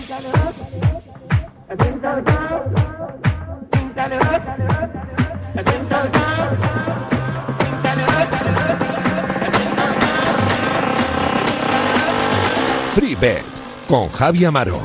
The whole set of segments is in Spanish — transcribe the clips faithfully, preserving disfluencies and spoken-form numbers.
Free Bet con Javi Amaro.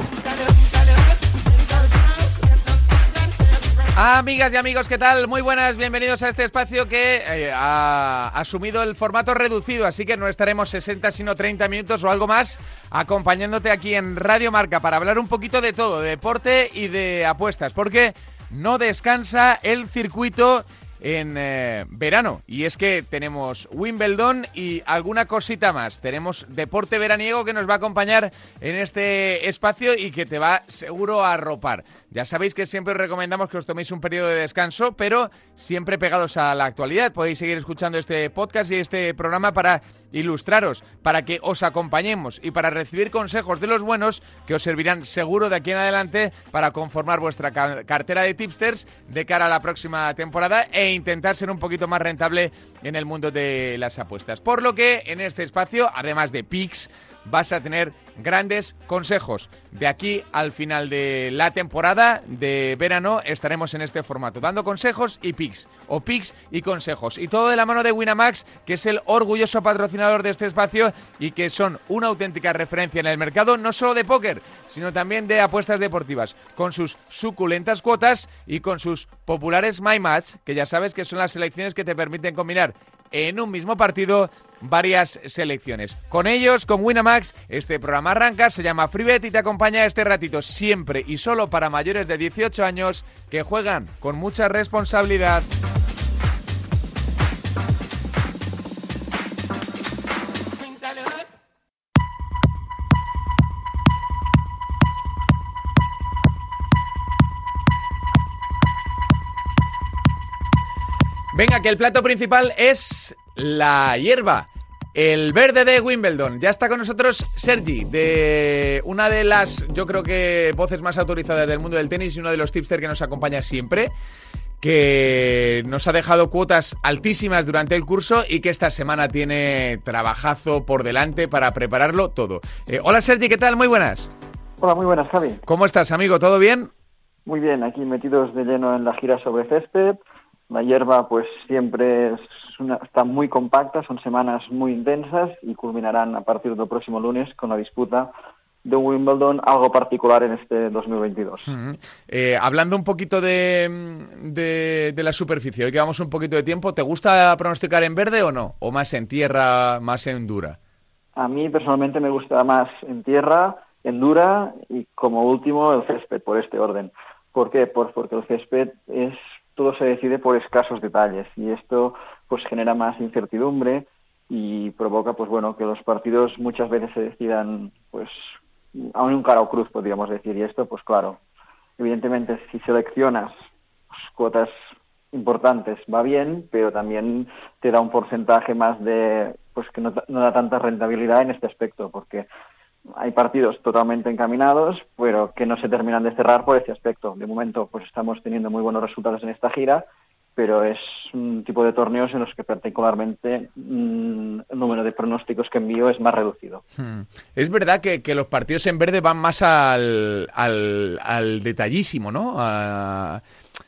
Amigas y amigos, ¿qué tal? Muy buenas, bienvenidos a este espacio que eh, ha asumido el formato reducido, así que no estaremos sesenta sino treinta minutos o algo más acompañándote aquí en Radio Marca para hablar un poquito de todo, de deporte y de apuestas, porque no descansa el circuito en eh, verano, y es que tenemos Wimbledon y alguna cosita más. Tenemos deporte veraniego que nos va a acompañar en este espacio y que te va seguro a arropar. Ya sabéis que siempre os recomendamos que os toméis un periodo de descanso, pero siempre pegados a la actualidad. Podéis seguir escuchando este podcast y este programa para ilustraros, para que os acompañemos y para recibir consejos de los buenos que os servirán seguro de aquí en adelante para conformar vuestra ca- cartera de tipsters de cara a la próxima temporada e intentar ser un poquito más rentable en el mundo de las apuestas. Por lo que en este espacio, además de picks, vas a tener grandes consejos. De aquí al final de la temporada de verano estaremos en este formato, dando consejos y picks, o picks y consejos. Y todo de la mano de Winamax, que es el orgulloso patrocinador de este espacio y que son una auténtica referencia en el mercado, no solo de póker, sino también de apuestas deportivas, con sus suculentas cuotas y con sus populares My Match, que ya sabes que son las selecciones que te permiten combinar en un mismo partido varias selecciones. Con ellos, con Winamax, este programa arranca, se llama FreeBet y te acompaña este ratito siempre y solo para mayores de dieciocho años que juegan con mucha responsabilidad. Venga, que el plato principal es la hierba, el verde de Wimbledon. Ya está con nosotros Sergi, de una de las, yo creo que, voces más autorizadas del mundo del tenis y uno de los tipsters que nos acompaña siempre, que nos ha dejado cuotas altísimas durante el curso y que esta semana tiene trabajazo por delante para prepararlo todo. Eh, hola Sergi, ¿qué tal? Muy buenas. Hola, muy buenas, Javi. ¿Cómo estás, amigo? ¿Todo bien? Muy bien, aquí metidos de lleno en la gira sobre césped. La hierba pues siempre es una, está muy compacta, son semanas muy intensas y culminarán a partir del próximo lunes con la disputa de Wimbledon, algo particular en este dos mil veintidós. Uh-huh. Eh, hablando un poquito de, de, de la superficie, hoy que vamos un poquito de tiempo, ¿te gusta pronosticar en verde o no? ¿O más en tierra, más en dura? A mí personalmente me gusta más en tierra, en dura y como último el césped, por este orden. ¿Por qué? Pues porque el césped es... todo se decide por escasos detalles y esto pues genera más incertidumbre y provoca pues bueno que los partidos muchas veces se decidan pues a un cara o cruz, podríamos decir, y esto pues claro, evidentemente si seleccionas pues, cuotas importantes va bien, pero también te da un porcentaje más de pues que no, no da tanta rentabilidad en este aspecto, porque hay partidos totalmente encaminados, pero que no se terminan de cerrar por este aspecto. De momento, pues estamos teniendo muy buenos resultados en esta gira, pero es un tipo de torneos en los que particularmente mmm, el número de pronósticos que envío es más reducido. Hmm. Es verdad que, que los partidos en verde van más al, al, al detallísimo, ¿no? A,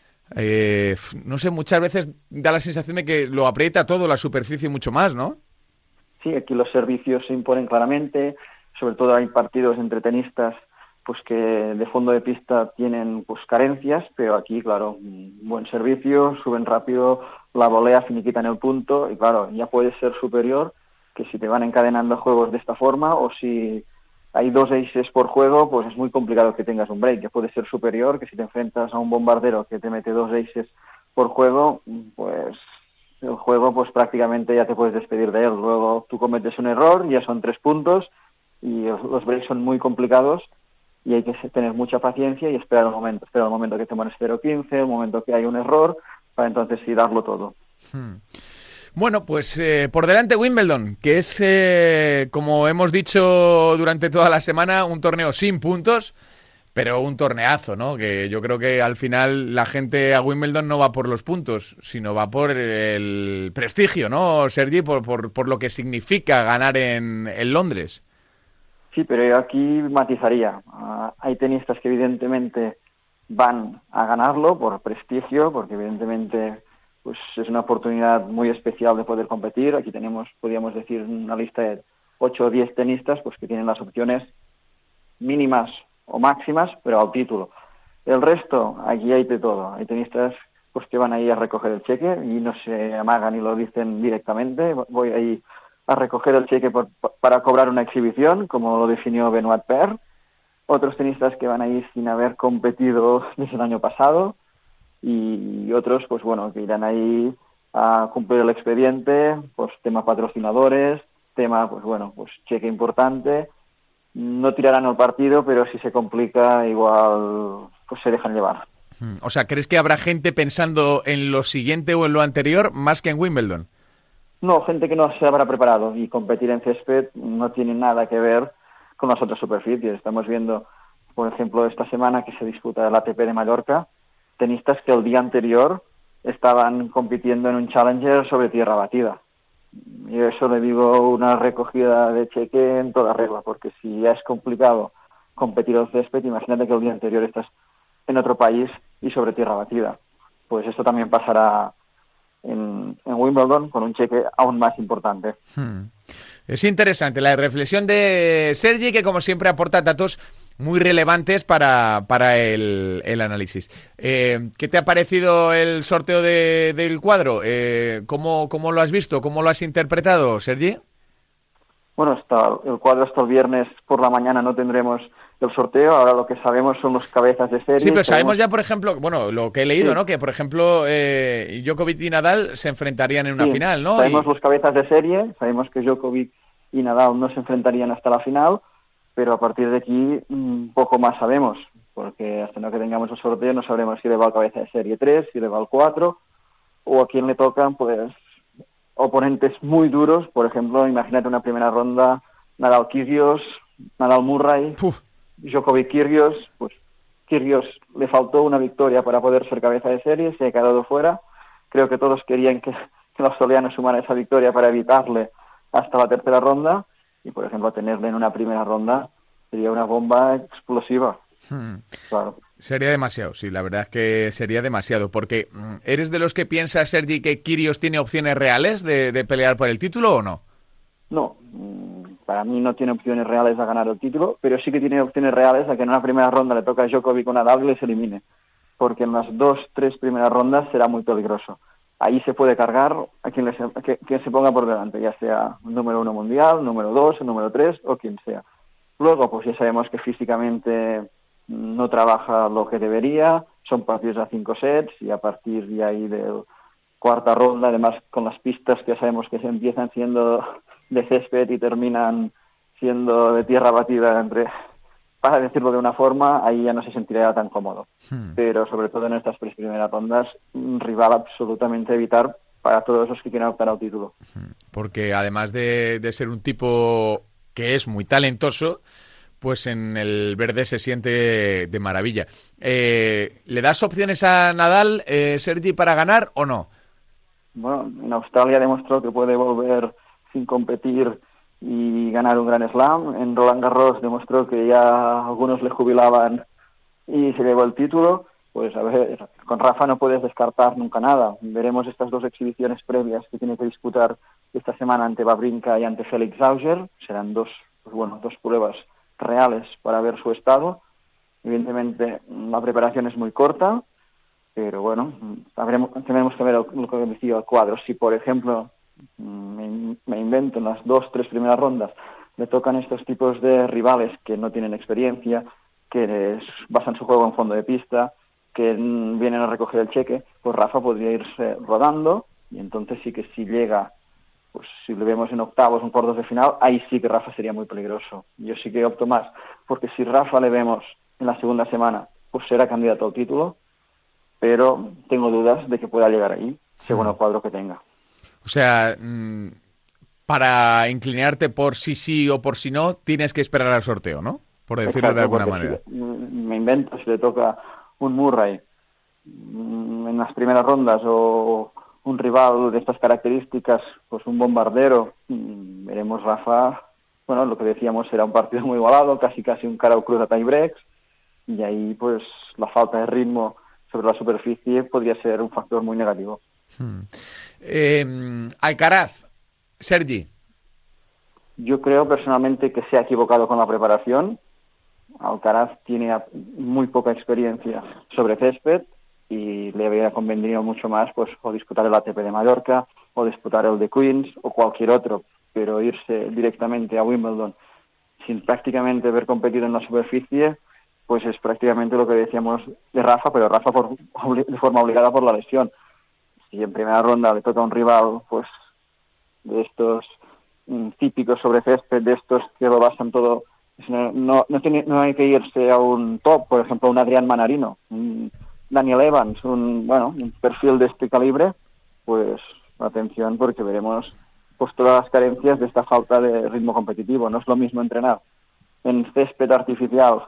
eh, no sé, muchas veces da la sensación de que lo aprieta todo, la superficie mucho más, ¿no? Sí, aquí los servicios se imponen claramente. Sobre todo hay partidos entre tenistas pues que de fondo de pista tienen pues carencias, pero aquí, claro, buen servicio, suben rápido, la volea finiquitan el punto y, claro, ya puede ser superior que si te van encadenando juegos de esta forma o si hay dos aces por juego, pues es muy complicado que tengas un break, que puede ser superior que si te enfrentas a un bombardero que te mete dos aces por juego, pues el juego pues prácticamente ya te puedes despedir de él. Luego tú cometes un error, ya son tres puntos, y los breaks son muy complicados y hay que tener mucha paciencia y esperar el momento, esperar el momento que te pones cero quince, el momento que hay un error, para entonces sí darlo todo. Hmm. Bueno, pues eh, por delante Wimbledon, que es, eh, como hemos dicho durante toda la semana, un torneo sin puntos, pero un torneazo, ¿no? Que yo creo que al final la gente a Wimbledon no va por los puntos, sino va por el prestigio, ¿no, Sergi? Por, por, por lo que significa ganar en, en Londres. Sí, pero yo aquí matizaría. Uh, hay tenistas que evidentemente van a ganarlo por prestigio, porque evidentemente pues es una oportunidad muy especial de poder competir. Aquí tenemos, podríamos decir, una lista de ocho o diez tenistas pues que tienen las opciones mínimas o máximas, pero al título. El resto, aquí hay de todo. Hay tenistas pues que van ahí a recoger el cheque y no se amagan y lo dicen directamente. Voy ahí a recoger el cheque por, para cobrar una exhibición, como lo definió Benoit Paire. Otros tenistas que van ahí sin haber competido desde el año pasado y otros, pues bueno, que irán ahí a cumplir el expediente, pues tema patrocinadores, tema, pues bueno, pues cheque importante. No tirarán el partido, pero si se complica, igual pues se dejan llevar. O sea, ¿crees que habrá gente pensando en lo siguiente o en lo anterior más que en Wimbledon? No, gente que no se habrá preparado, y competir en césped no tiene nada que ver con las otras superficies. Estamos viendo, por ejemplo, esta semana que se disputa el A T P de Mallorca, tenistas que el día anterior estaban compitiendo en un Challenger sobre tierra batida. Y eso le digo una recogida de cheque en toda regla, porque si ya es complicado competir el césped, imagínate que el día anterior estás en otro país y sobre tierra batida. Pues esto también pasará en, en Wimbledon con un cheque aún más importante. Hmm. Es interesante la reflexión de Sergi, que como siempre aporta datos muy relevantes para, para el, el análisis. Eh, ¿Qué te ha parecido el sorteo de, del cuadro? Eh, ¿cómo, ¿Cómo lo has visto? ¿Cómo lo has interpretado, Sergi? Bueno, hasta el cuadro hasta el viernes por la mañana no tendremos el sorteo. Ahora lo que sabemos son los cabezas de serie. Sí, pero sabemos ya, por ejemplo, bueno, lo que he leído, sí. ¿no? Que, por ejemplo, eh, Djokovic y Nadal se enfrentarían en una sí, final, ¿no? Sabemos y... los cabezas de serie, sabemos que Djokovic y Nadal no se enfrentarían hasta la final, pero a partir de aquí un poco más sabemos, porque hasta no que tengamos el sorteo no sabremos si le va al cabeza de serie tres, si le va al cuatro, o a quién le tocan, pues, oponentes muy duros. Por ejemplo, imagínate una primera ronda, Nadal-Kyrgios, Nadal-Murray, Djokovic-Kyrgios, pues Kyrgios le faltó una victoria para poder ser cabeza de serie, se ha quedado fuera. Creo que todos querían que, que el australiano sumara esa victoria para evitarle hasta la tercera ronda, y por ejemplo tenerle en una primera ronda sería una bomba explosiva. Hmm. Claro. Sería demasiado, sí, la verdad es que sería demasiado, porque ¿eres de los que piensa, Sergi, que Kyrgios tiene opciones reales de, de pelear por el título o no? No, para mí no tiene opciones reales a ganar el título, pero sí que tiene opciones reales a que en una primera ronda le toque a Djokovic o Nadal y les elimine, porque en las dos, tres primeras rondas será muy peligroso. Ahí se puede cargar a quien, les, a quien se ponga por delante, ya sea un número uno mundial, número dos, número tres o quien sea. Luego, pues ya sabemos que físicamente no trabaja lo que debería, son partidos a cinco sets y a partir de ahí de cuarta ronda, además con las pistas que ya sabemos que se empiezan siendo de césped y terminan siendo de tierra batida, entre, para decirlo de una forma, ahí ya no se sentiría tan cómodo. Hmm. Pero sobre todo en estas tres primeras rondas, un rival absolutamente evitar para todos los que quieren optar al título. Porque además de, de ser un tipo que es muy talentoso, pues en el verde se siente de maravilla. Eh, ¿Le das opciones a Nadal, eh, Sergi, para ganar o no? Bueno, en Australia demostró que puede volver sin competir y ganar un Grand Slam. En Roland Garros demostró que ya algunos le jubilaban y se llevó el título. Pues a ver, con Rafa no puedes descartar nunca nada. Veremos estas dos exhibiciones previas que tiene que disputar esta semana ante Wawrinka y ante Felix Auger. Serán dos, pues bueno, dos pruebas reales para ver su estado. Evidentemente la preparación es muy corta, pero bueno, habremos, tenemos que ver lo que decía el cuadro. Si por ejemplo me, me invento en las dos, tres primeras rondas le tocan estos tipos de rivales que no tienen experiencia, que es, basan su juego en fondo de pista, que vienen a recoger el cheque, pues Rafa podría irse rodando, y entonces sí que si llega, pues si le vemos en octavos, en cuartos de final, ahí sí que Rafa sería muy peligroso. Yo sí que opto más, porque si Rafa le vemos en la segunda semana, pues será candidato al título, pero tengo dudas de que pueda llegar ahí, según el cuadro que tenga. O sea, mmm, para inclinarte por sí sí o por sí no, tienes que esperar al sorteo, ¿no? Por decirlo Exacto, de alguna manera. Si, me invento, si le toca un Murray mmm, en las primeras rondas o un rival de estas características, pues un bombardero, mmm, veremos Rafa bueno, lo que decíamos era un partido muy igualado, casi casi un cara o cruz a tie breaks, y ahí pues la falta de ritmo sobre la superficie podría ser un factor muy negativo. Hmm. Eh, Alcaraz, Sergi. Yo creo personalmente que se ha equivocado con la preparación. Alcaraz tiene muy poca experiencia sobre césped y le habría convenido mucho más pues o disputar el A T P de Mallorca o disputar el de Queens o cualquier otro, pero irse directamente a Wimbledon sin prácticamente haber competido en la superficie, pues es prácticamente lo que decíamos de Rafa, pero Rafa por, de forma obligada por la lesión. Si en primera ronda le toca a un rival pues de estos mm, típicos sobre césped, de estos que lo basan todo, no, no, no, tiene, no hay que irse a un top, por ejemplo, un Adrián Manarino, un Daniel Evans, un bueno un perfil de este calibre, pues atención porque veremos pues todas las carencias de esta falta de ritmo competitivo. No es lo mismo entrenar en césped artificial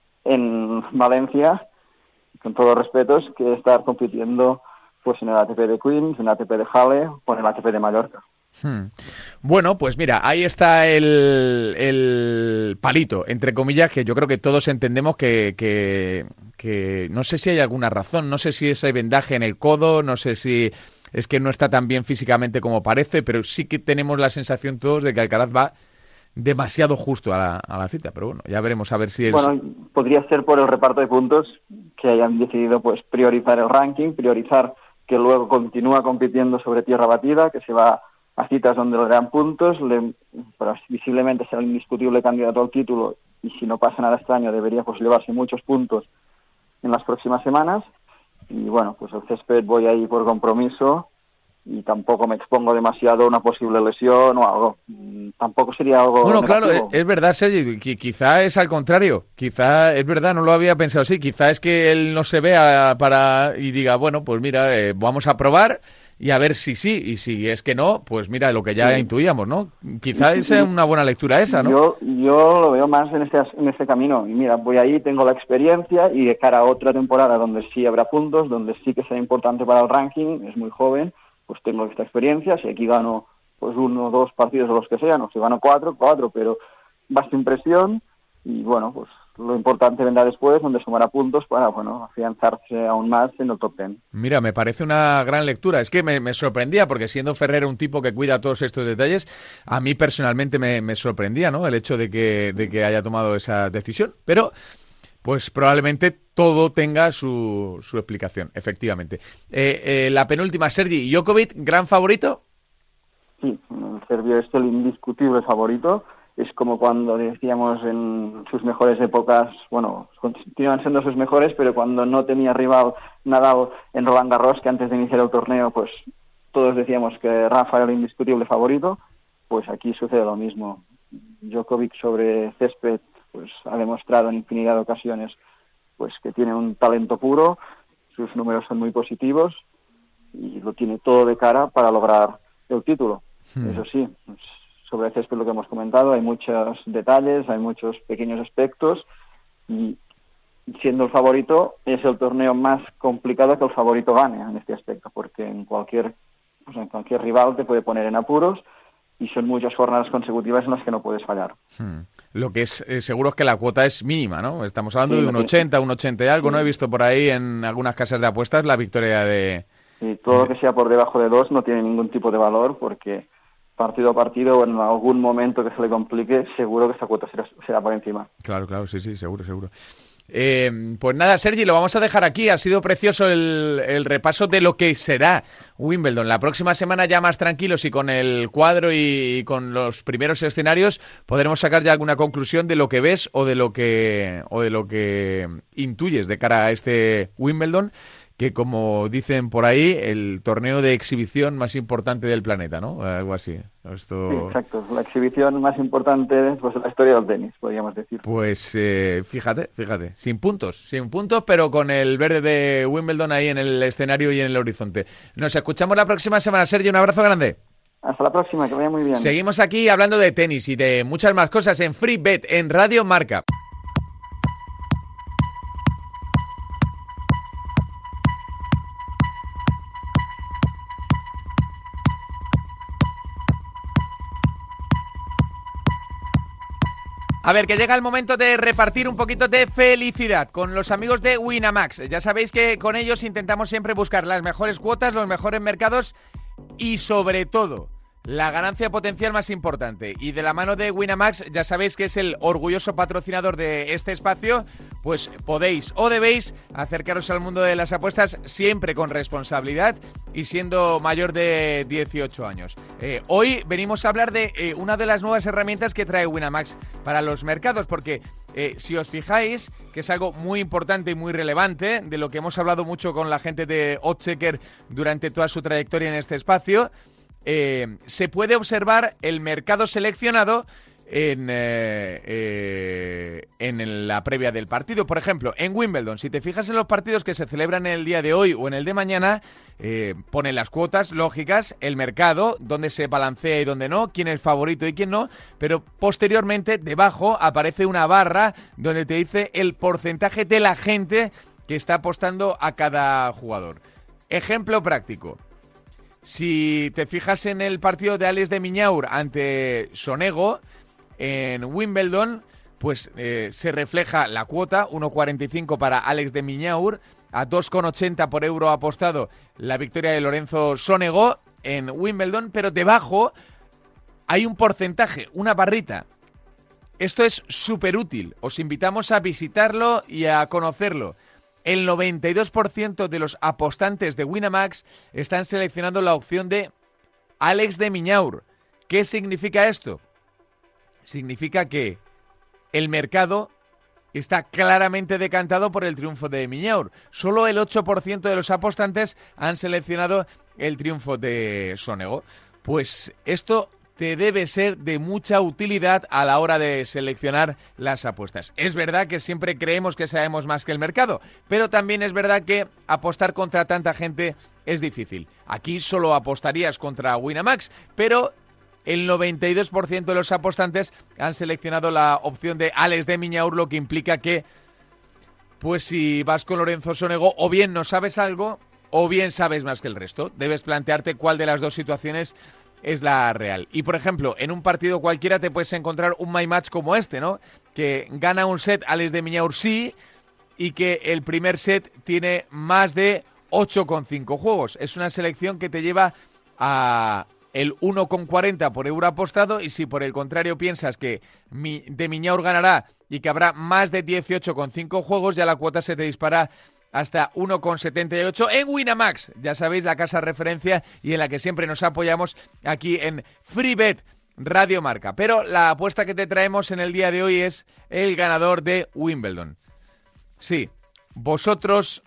en Valencia, con todos los respetos, que estar compitiendo pues en el A T P de Queens, en el A T P de Halle o en el A T P de Mallorca. Hmm. Bueno, pues mira, ahí está el, el palito, entre comillas, que yo creo que todos entendemos que, que, que no sé si hay alguna razón, no sé si es el vendaje en el codo, no sé si es que no está tan bien físicamente como parece, pero sí que tenemos la sensación todos de que Alcaraz va demasiado justo a la, a la cita, pero bueno, ya veremos a ver si es... Bueno, podría ser por el reparto de puntos que hayan decidido pues priorizar el ranking, priorizar que luego continúa compitiendo sobre tierra batida, que se va a citas donde le dan puntos, le, pero visiblemente será el indiscutible candidato al título y si no pasa nada extraño debería pues llevarse muchos puntos en las próximas semanas. Y bueno, pues el césped voy ahí por compromiso y tampoco me expongo demasiado a una posible lesión o algo. Tampoco sería algo Bueno, negativo. claro, es, es verdad, Sergi, qu- quizá es al contrario, quizá es verdad, no lo había pensado así, quizá es que él no se vea para y diga, bueno, pues mira, eh, vamos a probar y a ver si sí, y si es que no, pues mira, lo que ya Sí. intuíamos, ¿no? Quizá es una buena lectura esa, ¿no? Yo, yo lo veo más en este, en este camino. Y mira, voy ahí, tengo la experiencia y de cara a otra temporada donde sí habrá puntos, donde sí que será importante para el ranking, es muy joven, pues tengo esta experiencia. Si aquí gano pues uno o dos partidos o los que sean, o si gano cuatro, cuatro, pero basta impresión y bueno, pues lo importante vendrá después, donde sumará puntos para, bueno, afianzarse aún más en el top ten. Mira, me parece una gran lectura. Es que me, me sorprendía, porque siendo Ferrer un tipo que cuida todos estos detalles, a mí personalmente me, me sorprendía, ¿no? El hecho de que, de que haya tomado esa decisión. Pero, pues probablemente todo tenga su, su explicación, efectivamente. Eh, eh, la penúltima, Sergi, Djokovic, ¿gran favorito? Sí, el serbio es el indiscutible favorito. Es como cuando decíamos en sus mejores épocas, bueno, continúan siendo sus mejores, pero cuando no tenía rival Nadal en Roland Garros, que antes de iniciar el torneo, pues todos decíamos que Rafa era el indiscutible favorito, pues aquí sucede lo mismo. Djokovic sobre césped pues ha demostrado en infinidad de ocasiones pues que tiene un talento puro, sus números son muy positivos y lo tiene todo de cara para lograr el título. Hmm. Eso sí, pues, sobre césped lo que hemos comentado, hay muchos detalles, hay muchos pequeños aspectos y siendo el favorito es el torneo más complicado que el favorito gane en este aspecto, porque en cualquier, pues en cualquier rival te puede poner en apuros y son muchas jornadas consecutivas en las que no puedes fallar. Hmm. Lo que es eh, seguro es que la cuota es mínima, ¿no? Estamos hablando sí, de un ochenta, un ochenta y algo, sí. ¿No? He visto por ahí en algunas casas de apuestas la victoria de... Y todo lo que sea por debajo de dos no tiene ningún tipo de valor porque partido a partido o en algún momento que se le complique, seguro que esta cuota será, será por encima. Claro, claro, sí, sí, seguro, seguro. Eh, pues nada, Sergi, lo vamos a dejar aquí. Ha sido precioso el, el repaso de lo que será Wimbledon. La próxima semana ya más tranquilos y con el cuadro y, y con los primeros escenarios podremos sacar ya alguna conclusión de lo que ves o de lo que o de lo que intuyes de cara a este Wimbledon, que como dicen por ahí, el torneo de exhibición más importante del planeta, ¿no? Algo así. Esto... Sí, exacto. La exhibición más importante pues, de la historia del tenis, podríamos decir. Pues eh, fíjate, fíjate. Sin puntos, sin puntos, pero con el verde de Wimbledon ahí en el escenario y en el horizonte. Nos escuchamos la próxima semana, Sergio. Un abrazo grande. Hasta la próxima, que vaya muy bien. Seguimos aquí hablando de tenis y de muchas más cosas en Free Bet, en Radio Marca. A ver, que llega el momento de repartir un poquito de felicidad con los amigos de Winamax. Ya sabéis que con ellos intentamos siempre buscar las mejores cuotas, los mejores mercados y sobre todo la ganancia potencial más importante. Y de la mano de Winamax, ya sabéis que es el orgulloso patrocinador de este espacio, pues podéis o debéis acercaros al mundo de las apuestas siempre con responsabilidad y siendo mayor de dieciocho años. Eh, hoy venimos a hablar de eh, una de las nuevas herramientas que trae Winamax para los mercados, porque eh, si os fijáis, que es algo muy importante y muy relevante, de lo que hemos hablado mucho con la gente de Oddchecker durante toda su trayectoria en este espacio, Eh, se puede observar el mercado seleccionado en, eh, eh, en la previa del partido. Por ejemplo, en Wimbledon, si te fijas en los partidos que se celebran en el día de hoy o en el de mañana, eh, pone las cuotas lógicas, el mercado, dónde se balancea y dónde no, quién es favorito y quién no, pero posteriormente debajo aparece una barra donde te dice el porcentaje de la gente que está apostando a cada jugador. Ejemplo práctico. Si te fijas en el partido de Alex de Minaur ante Sonego en Wimbledon, pues eh, se refleja la cuota, uno cuarenta y cinco para Alex de Minaur, a dos ochenta por euro apostado la victoria de Lorenzo Sonego en Wimbledon, pero debajo hay un porcentaje, una barrita. Esto es súper útil, os invitamos a visitarlo y a conocerlo. El noventa y dos por ciento de los apostantes de Winamax están seleccionando la opción de Alex de Minaur. ¿Qué significa esto? Significa que el mercado está claramente decantado por el triunfo de Minaur. Solo el ocho por ciento de los apostantes han seleccionado el triunfo de Sonego. Pues esto te debe ser de mucha utilidad a la hora de seleccionar las apuestas. Es verdad que siempre creemos que sabemos más que el mercado, pero también es verdad que apostar contra tanta gente es difícil. Aquí solo apostarías contra Winamax, pero el noventa y dos por ciento de los apostantes han seleccionado la opción de Alex de Minaur, lo que implica que, pues si vas con Lorenzo Sonego, o bien no sabes algo, o bien sabes más que el resto. Debes plantearte cuál de las dos situaciones es la real. Y por ejemplo, en un partido cualquiera te puedes encontrar un my match como este, ¿no? Que gana un set Alex de Minaur sí, y que el primer set tiene más de ocho coma cinco juegos. Es una selección que te lleva a el uno coma cuarenta por euro apostado, y si por el contrario piensas que de Minaur ganará y que habrá más de dieciocho coma cinco juegos, ya la cuota se te dispara hasta uno coma setenta y ocho en Winamax. Ya sabéis, la casa referencia y en la que siempre nos apoyamos aquí en FreeBet Radio Marca. Pero la apuesta que te traemos en el día de hoy es el ganador de Wimbledon. Sí, vosotros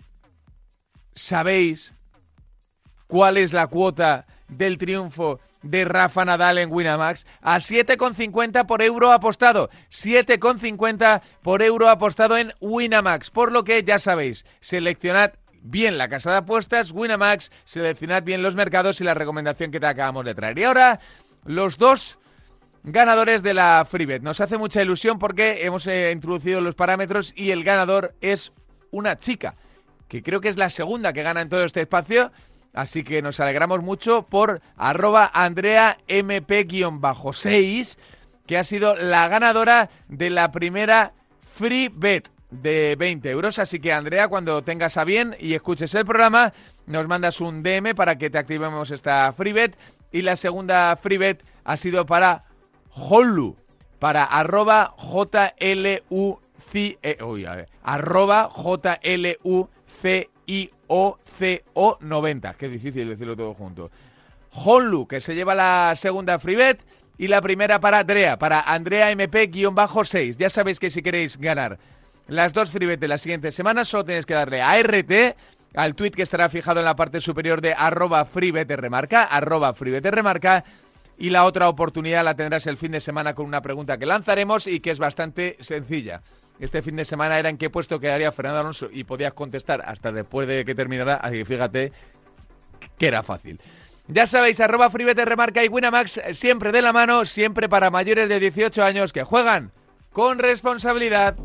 sabéis cuál es la cuota del triunfo de Rafa Nadal en Winamax a siete coma cincuenta por euro apostado. siete coma cincuenta por euro apostado en Winamax. Por lo que ya sabéis, seleccionad bien la casa de apuestas, Winamax, seleccionad bien los mercados y la recomendación que te acabamos de traer. Y ahora, los dos ganadores de la FreeBet. Nos hace mucha ilusión porque hemos eh, introducido los parámetros y el ganador es una chica, que creo que es la segunda que gana en todo este espacio. Así que nos alegramos mucho por arroba Andrea M P seis, que ha sido la ganadora de la primera FreeBet de veinte euros. Así que, Andrea, cuando tengas a bien y escuches el programa, nos mandas un D M para que te activemos esta FreeBet. Y la segunda FreeBet ha sido para Honlu, para arroba J L U C, eh, uy, a ver, arroba J L U C I O C O noventa. Qué difícil decirlo todo junto. Honlu, que se lleva la segunda FreeBet, y la primera para Andrea, para Andrea M P seis. Ya sabéis que si queréis ganar las dos FreeBet de la siguiente semana, solo tenéis que darle a R T, al tweet que estará fijado en la parte superior de arroba FreeBetRmarca, arroba FreeBetRmarca, y la otra oportunidad la tendrás el fin de semana con una pregunta que lanzaremos y que es bastante sencilla. Este fin de semana era en qué puesto quedaría Fernando Alonso y podías contestar hasta después de que terminara, así que fíjate que era fácil. Ya sabéis, arroba FreeBetRmarca y Winamax, siempre de la mano, siempre para mayores de dieciocho años que juegan con responsabilidad.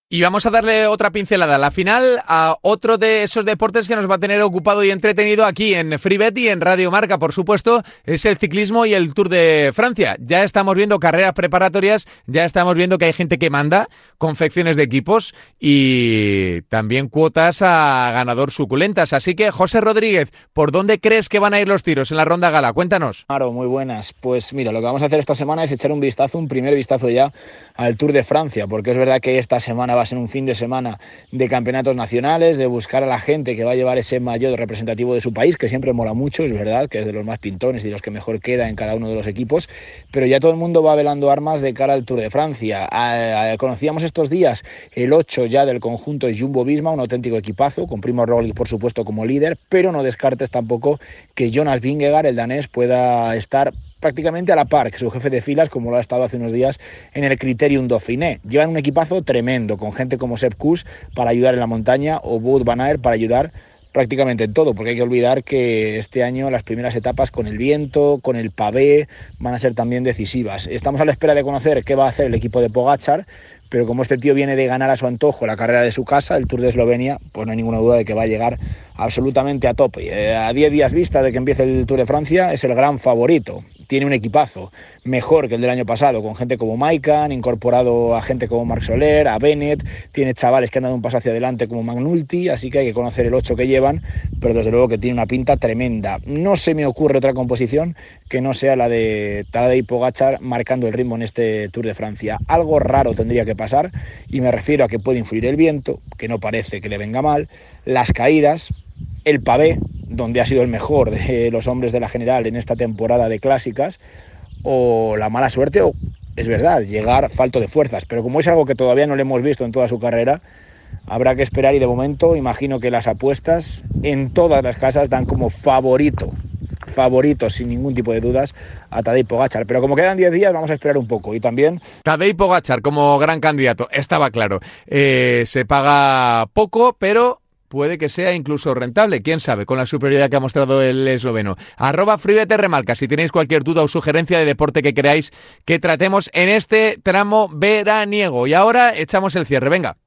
Y vamos a darle otra pincelada a la final a otro de esos deportes que nos va a tener ocupado y entretenido aquí en FreeBet y en Radio Marca, por supuesto, es el ciclismo y el Tour de Francia. Ya estamos viendo carreras preparatorias, ya estamos viendo que hay gente que manda, confecciones de equipos y también cuotas a ganador suculentas. Así que, José Rodríguez, ¿por dónde crees que van a ir los tiros en la ronda gala? Cuéntanos. Claro, muy buenas. Pues mira, lo que vamos a hacer esta semana es echar un vistazo, un primer vistazo ya al Tour de Francia, porque es verdad que esta semana va a ser un fin de semana de campeonatos nacionales, de buscar a la gente que va a llevar ese maillot representativo de su país, que siempre mola mucho, es verdad, que es de los más pintones y los que mejor queda en cada uno de los equipos, pero ya todo el mundo va velando armas de cara al Tour de Francia. A, a, conocíamos estos días el ocho ya del conjunto Jumbo-Visma, un auténtico equipazo, con Primo Roglic por supuesto como líder, pero no descartes tampoco que Jonas Vingegaard, el danés, pueda estar prácticamente a la par que su jefe de filas, como lo ha estado hace unos días en el Criterium Dauphiné. Llevan un equipazo tremendo, con gente como Sepp Kuss para ayudar en la montaña o Wout van Aert para ayudar prácticamente en todo, porque hay que olvidar que este año las primeras etapas con el viento, con el pavé, van a ser también decisivas. Estamos a la espera de conocer qué va a hacer el equipo de Pogačar, pero como este tío viene de ganar a su antojo la carrera de su casa, el Tour de Eslovenia, pues no hay ninguna duda de que va a llegar absolutamente a tope. Eh, a diez días vista de que empiece el Tour de Francia, es el gran favorito. Tiene un equipazo mejor que el del año pasado, con gente como Maika, han incorporado a gente como Marc Soler, a Bennett, tiene chavales que han dado un paso hacia adelante como Magnulti, así que hay que conocer el ocho que llevan, pero desde luego que tiene una pinta tremenda. No se me ocurre otra composición que no sea la de Tadej Pogačar marcando el ritmo en este Tour de Francia. Algo raro tendría que pasar, y me refiero a que puede influir el viento, que no parece que le venga mal, las caídas, el pavé, donde ha sido el mejor de los hombres de la general en esta temporada de clásicas, o la mala suerte, o es verdad, llegar falto de fuerzas, pero como es algo que todavía no le hemos visto en toda su carrera, habrá que esperar, y de momento imagino que las apuestas en todas las casas dan como favorito, favorito sin ningún tipo de dudas a Tadej Pogačar, pero como quedan diez días vamos a esperar un poco. Y también Tadej Pogačar como gran candidato, estaba claro, eh, se paga poco, pero puede que sea incluso rentable, quién sabe, con la superioridad que ha mostrado el esloveno. Arroba FreeBet Remarca, si tenéis cualquier duda o sugerencia de deporte que queráis que tratemos en este tramo veraniego. Y ahora echamos el cierre, venga.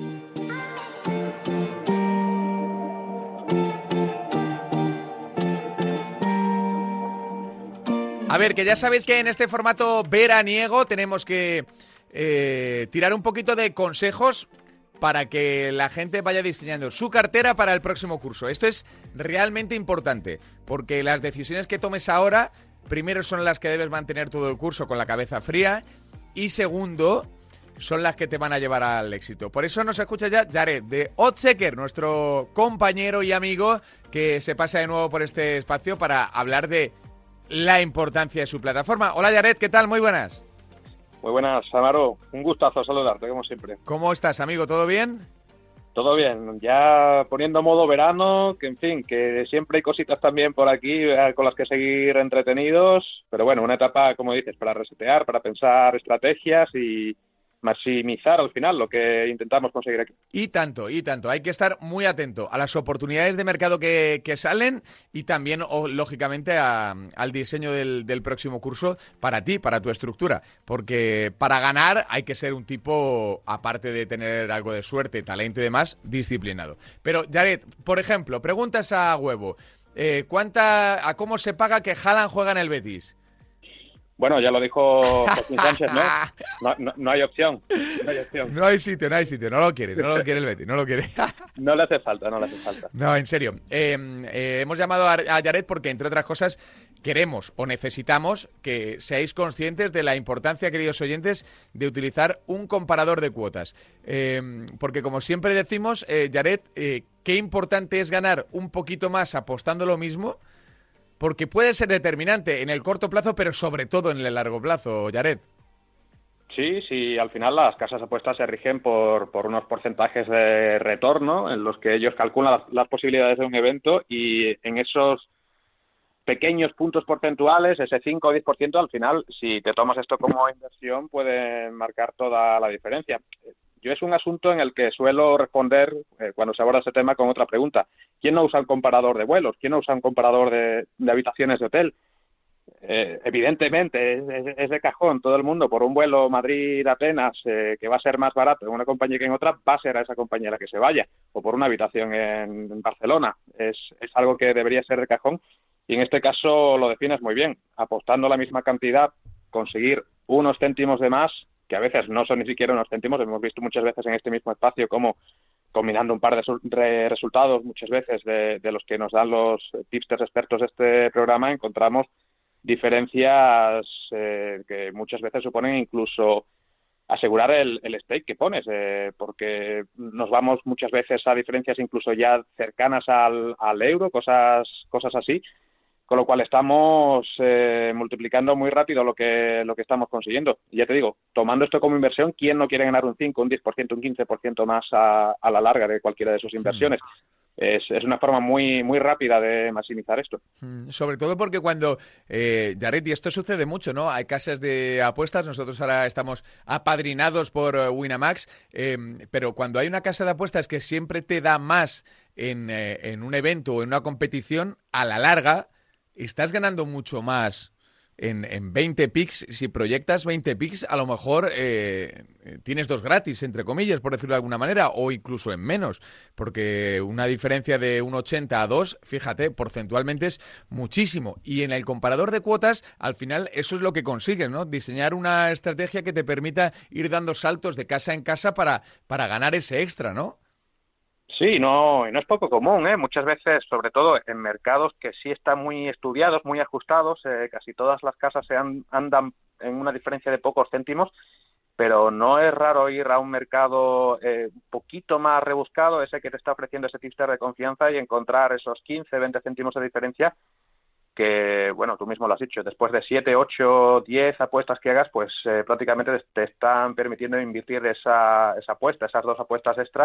A ver, que ya sabéis que en este formato veraniego tenemos que eh, tirar un poquito de consejos para que la gente vaya diseñando su cartera para el próximo curso. Esto es realmente importante, porque las decisiones que tomes ahora, primero son las que debes mantener todo el curso con la cabeza fría, y segundo, son las que te van a llevar al éxito. Por eso nos escucha ya Jared de Oddschecker, nuestro compañero y amigo, que se pasa de nuevo por este espacio para hablar de la importancia de su plataforma. Hola Jared, ¿qué tal? Muy buenas. Muy buenas, Amaro. Un gustazo saludarte, como siempre. ¿Cómo estás, amigo? ¿Todo bien? Todo bien. Ya poniendo modo verano, que en fin, que siempre hay cositas también por aquí con las que seguir entretenidos. Pero bueno, una etapa, como dices, para resetear, para pensar estrategias y maximizar al final lo que intentamos conseguir aquí. Y tanto, y tanto. Hay que estar muy atento a las oportunidades de mercado que, que salen, y también, o, lógicamente, a, al diseño del, del próximo curso para ti, para tu estructura. Porque para ganar hay que ser un tipo, aparte de tener algo de suerte, talento y demás, disciplinado. Pero, Jared, por ejemplo, preguntas a huevo. Eh, ¿cuánta, a cómo se paga que Haaland juega en el Betis? Bueno, ya lo dijo Joaquín Sánchez, ¿no? No, no, no hay opción. No hay opción. No hay sitio, no hay sitio. No lo quiere, no lo quiere el Betis, no lo quiere. No le hace falta, no le hace falta. No, en serio. Eh, eh, hemos llamado a, a Jared porque, entre otras cosas, queremos o necesitamos que seáis conscientes de la importancia, queridos oyentes, de utilizar un comparador de cuotas. Eh, porque, como siempre decimos, eh, Jared, eh, qué importante es ganar un poquito más apostando lo mismo, porque puede ser determinante en el corto plazo, pero sobre todo en el largo plazo, Jared. Sí, sí, al final las casas de apuestas se rigen por, por unos porcentajes de retorno en los que ellos calculan las, las posibilidades de un evento, y en esos pequeños puntos porcentuales, ese cinco o diez por ciento, al final, si te tomas esto como inversión, puede marcar toda la diferencia. Yo es un asunto en el que suelo responder eh, cuando se aborda ese tema con otra pregunta. ¿Quién no usa un comparador de vuelos? ¿Quién no usa un comparador de, de habitaciones de hotel? Eh, evidentemente es, es, es de cajón, todo el mundo por un vuelo Madrid-Atenas eh, que va a ser más barato en una compañía que en otra, va a ser a esa compañía la que se vaya, o por una habitación en, en Barcelona. Es, es algo que debería ser de cajón, y en este caso lo defines muy bien, apostando la misma cantidad, conseguir unos céntimos de más, que a veces no son ni siquiera unos céntimos. Hemos visto muchas veces en este mismo espacio como combinando un par de, de resultados, muchas veces de, de los que nos dan los tipsters expertos de este programa, encontramos diferencias eh, que muchas veces suponen incluso asegurar el, el stake que pones, eh, porque nos vamos muchas veces a diferencias incluso ya cercanas al, al euro, cosas cosas así, con lo cual estamos eh, multiplicando muy rápido lo que lo que estamos consiguiendo. Y ya te digo, tomando esto como inversión, ¿quién no quiere ganar un cinco, un diez por ciento, un quince por ciento más a, a la larga de cualquiera de sus inversiones? Sí. Es, es una forma muy muy rápida de maximizar esto. Sobre todo porque cuando, eh, Jared, y esto sucede mucho, ¿no? Hay casas de apuestas, nosotros ahora estamos apadrinados por uh, Winamax, eh, pero cuando hay una casa de apuestas que siempre te da más en, eh, en un evento o en una competición, a la larga estás ganando mucho más en, en veinte picks. Si proyectas veinte picks, a lo mejor eh, tienes dos gratis, entre comillas, por decirlo de alguna manera, o incluso en menos, porque una diferencia de un ochenta a dos, fíjate, porcentualmente es muchísimo. Y en el comparador de cuotas, al final, eso es lo que consigues, ¿no? Diseñar una estrategia que te permita ir dando saltos de casa en casa para, para ganar ese extra, ¿no? Sí, no, y no es poco común, ¿eh? Muchas veces, sobre todo en mercados que sí están muy estudiados, muy ajustados, eh, casi todas las casas se han, andan en una diferencia de pocos céntimos, pero no es raro ir a un mercado eh, un poquito más rebuscado, ese que te está ofreciendo ese tipster de confianza, y encontrar esos quince, veinte céntimos de diferencia que, bueno, tú mismo lo has dicho, después de siete, ocho, diez apuestas que hagas, pues eh, prácticamente te están permitiendo invertir esa, esa apuesta, esas dos apuestas extra,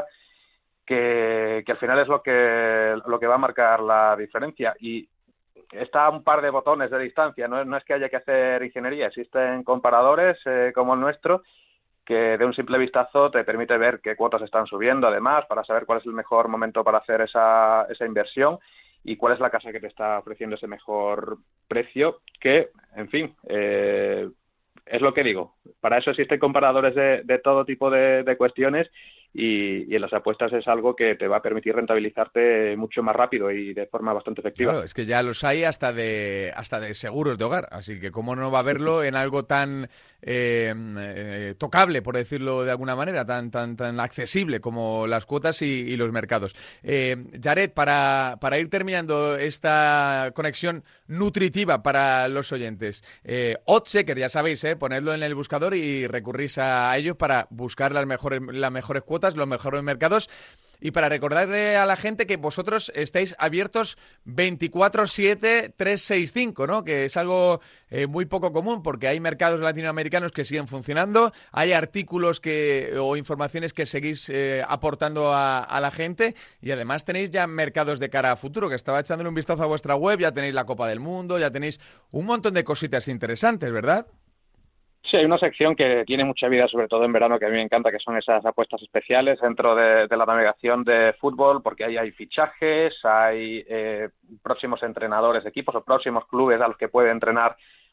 Que, que al final es lo que lo que va a marcar la diferencia. Y está a un par de botones de distancia, no, no es que haya que hacer ingeniería, existen comparadores eh, como el nuestro, que de un simple vistazo te permite ver qué cuotas están subiendo, además, para saber cuál es el mejor momento para hacer esa, esa inversión y cuál es la casa que te está ofreciendo ese mejor precio, que, en fin, eh, es lo que digo. Para eso existen comparadores de, de todo tipo de, de cuestiones, y, y en las apuestas es algo que te va a permitir rentabilizarte mucho más rápido y de forma bastante efectiva. Claro, es que ya los hay hasta de hasta de seguros de hogar, así que cómo no va a verlo en algo tan eh, eh, tocable, por decirlo de alguna manera, tan tan tan accesible como las cuotas y, y los mercados. Eh, Jared, para, para ir terminando esta conexión nutritiva para los oyentes, eh, Oddschecker, ya sabéis, eh, ponedlo en el buscador y recurrís a ellos para buscar las mejores, las mejores cuotas, los mejores mercados. Y para recordarle a la gente que vosotros estáis abiertos veinticuatro siete, trescientos sesenta y cinco, ¿no? Que es algo eh, muy poco común, porque hay mercados latinoamericanos que siguen funcionando, hay artículos que o informaciones que seguís eh, aportando a, a la gente, y además tenéis ya mercados de cara a futuro, que estaba echándole un vistazo a vuestra web, ya tenéis la Copa del Mundo, ya tenéis un montón de cositas interesantes, ¿verdad? Sí, hay una sección que tiene mucha vida, sobre todo en verano, que a mí me encanta, que son esas apuestas especiales dentro de, de la navegación de fútbol, porque ahí hay fichajes, hay eh, próximos entrenadores de equipos o próximos clubes a los que puede entrenar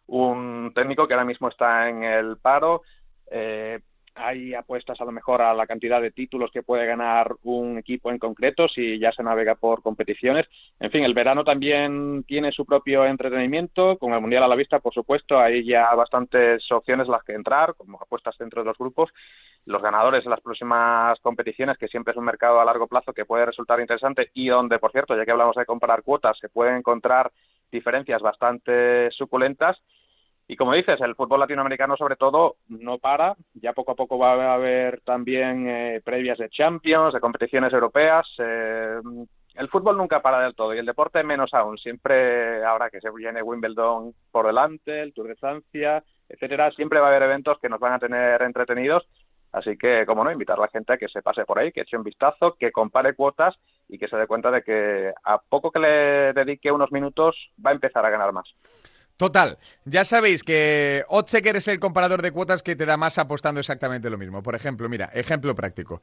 un técnico que ahora mismo está en el paro. Eh, hay apuestas a lo mejor a la cantidad de títulos que puede ganar un equipo en concreto si ya se navega por competiciones. En fin, el verano también tiene su propio entretenimiento, con el Mundial a la vista, por supuesto. Hay ya bastantes opciones las que entrar, como apuestas dentro de los grupos, los ganadores de las próximas competiciones, que siempre es un mercado a largo plazo que puede resultar interesante, y donde, por cierto, ya que hablamos de comparar cuotas, se pueden encontrar diferencias bastante suculentas. Y como dices, el fútbol latinoamericano sobre todo no para, ya poco a poco va a haber también eh, previas de Champions, de competiciones europeas. Eh, el fútbol nunca para del todo, y el deporte menos aún. Siempre, ahora que se viene Wimbledon por delante, el Tour de Francia, etcétera, siempre va a haber eventos que nos van a tener entretenidos. Así que, como no, invitar a la gente a que se pase por ahí, que eche un vistazo, que compare cuotas y que se dé cuenta de que a poco que le dedique unos minutos va a empezar a ganar más. Total, ya sabéis que Oddschecker es el comparador de cuotas que te da más apostando exactamente lo mismo. Por ejemplo, mira, ejemplo práctico.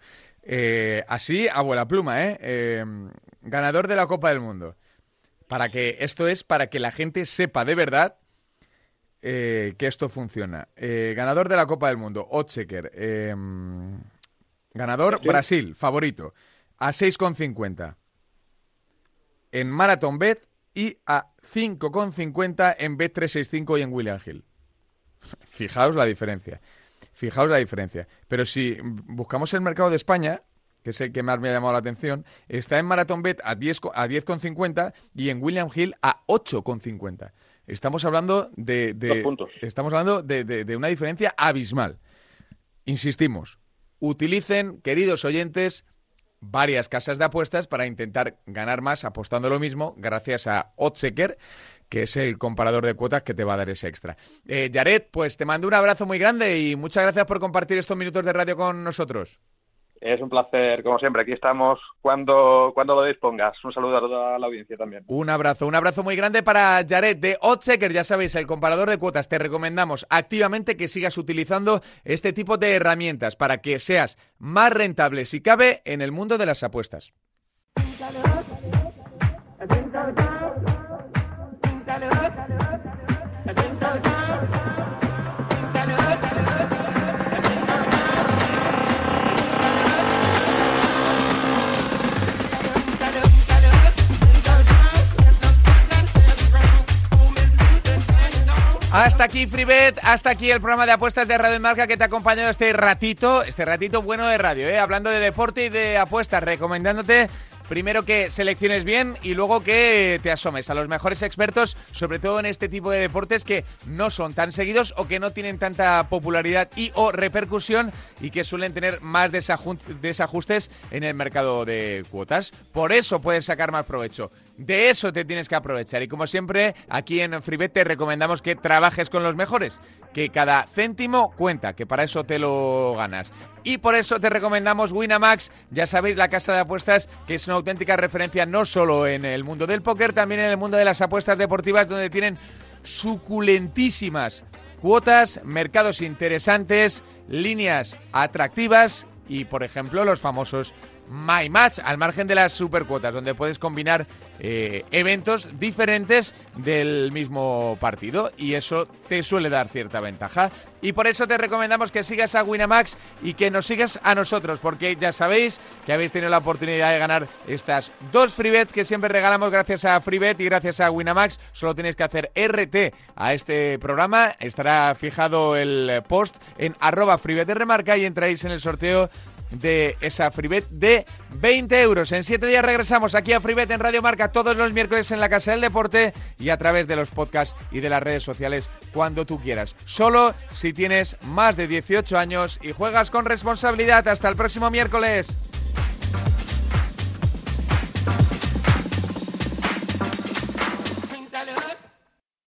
Eh, así, abuela pluma, ¿eh? ¿eh? Ganador de la Copa del Mundo. Para que, esto es para que la gente sepa de verdad eh, que esto funciona. Eh, ganador de la Copa del Mundo, Oddschecker. Eh, ganador, ¿Sí? Brasil, favorito, a seis con cincuenta. En Marathon Bet y a cinco con cincuenta en Bet trescientos sesenta y cinco y en William Hill. Fijaos la diferencia. Fijaos la diferencia. Pero si buscamos el mercado de España, que es el que más me ha llamado la atención, está en Marathon Bet a diez con cincuenta y en William Hill a ocho con cincuenta. Estamos hablando de, de Dos puntos. Estamos hablando de, de, de una diferencia abismal. Insistimos, utilicen, queridos oyentes, varias casas de apuestas para intentar ganar más apostando lo mismo gracias a Oddschecker, que es el comparador de cuotas que te va a dar ese extra. Eh, Jared, pues te mando un abrazo muy grande y muchas gracias por compartir estos minutos de radio con nosotros. Es un placer, como siempre. Aquí estamos cuando, cuando lo dispongas. Un saludo a toda la audiencia también. Un abrazo, un abrazo muy grande para Jared de Oddschecker. Ya sabéis, el comparador de cuotas. Te recomendamos activamente que sigas utilizando este tipo de herramientas para que seas más rentable, si cabe, en el mundo de las apuestas. Hasta aquí FreeBet, hasta aquí el programa de apuestas de Radio Marca que te ha acompañado este ratito, este ratito bueno de radio, ¿eh? Hablando de deporte y de apuestas, recomendándote primero que selecciones bien y luego que te asomes a los mejores expertos, sobre todo en este tipo de deportes que no son tan seguidos o que no tienen tanta popularidad y o repercusión y que suelen tener más desajustes en el mercado de cuotas. Por eso puedes sacar más provecho. De eso te tienes que aprovechar y como siempre aquí en FreeBet te recomendamos que trabajes con los mejores, que cada céntimo cuenta, que para eso te lo ganas. Y por eso te recomendamos Winamax, ya sabéis, la casa de apuestas que es una auténtica referencia no solo en el mundo del póker, también en el mundo de las apuestas deportivas, donde tienen suculentísimas cuotas, mercados interesantes, líneas atractivas y, por ejemplo, los famosos My Match, al margen de las supercuotas, donde puedes combinar eh, eventos diferentes del mismo partido y eso te suele dar cierta ventaja. Y por eso te recomendamos que sigas a Winamax y que nos sigas a nosotros, porque ya sabéis que habéis tenido la oportunidad de ganar estas dos FreeBets que siempre regalamos gracias a FreeBet y gracias a Winamax. Solo tenéis que hacer R T a este programa, estará fijado el post en arroba FreeBet de Remarca y entráis en el sorteo de esa FreeBet de veinte euros. En siete días regresamos aquí a FreeBet en Radio Marca todos los miércoles en la Casa del Deporte y a través de los podcasts y de las redes sociales cuando tú quieras. Solo si tienes más de dieciocho años y juegas con responsabilidad. Hasta el próximo miércoles.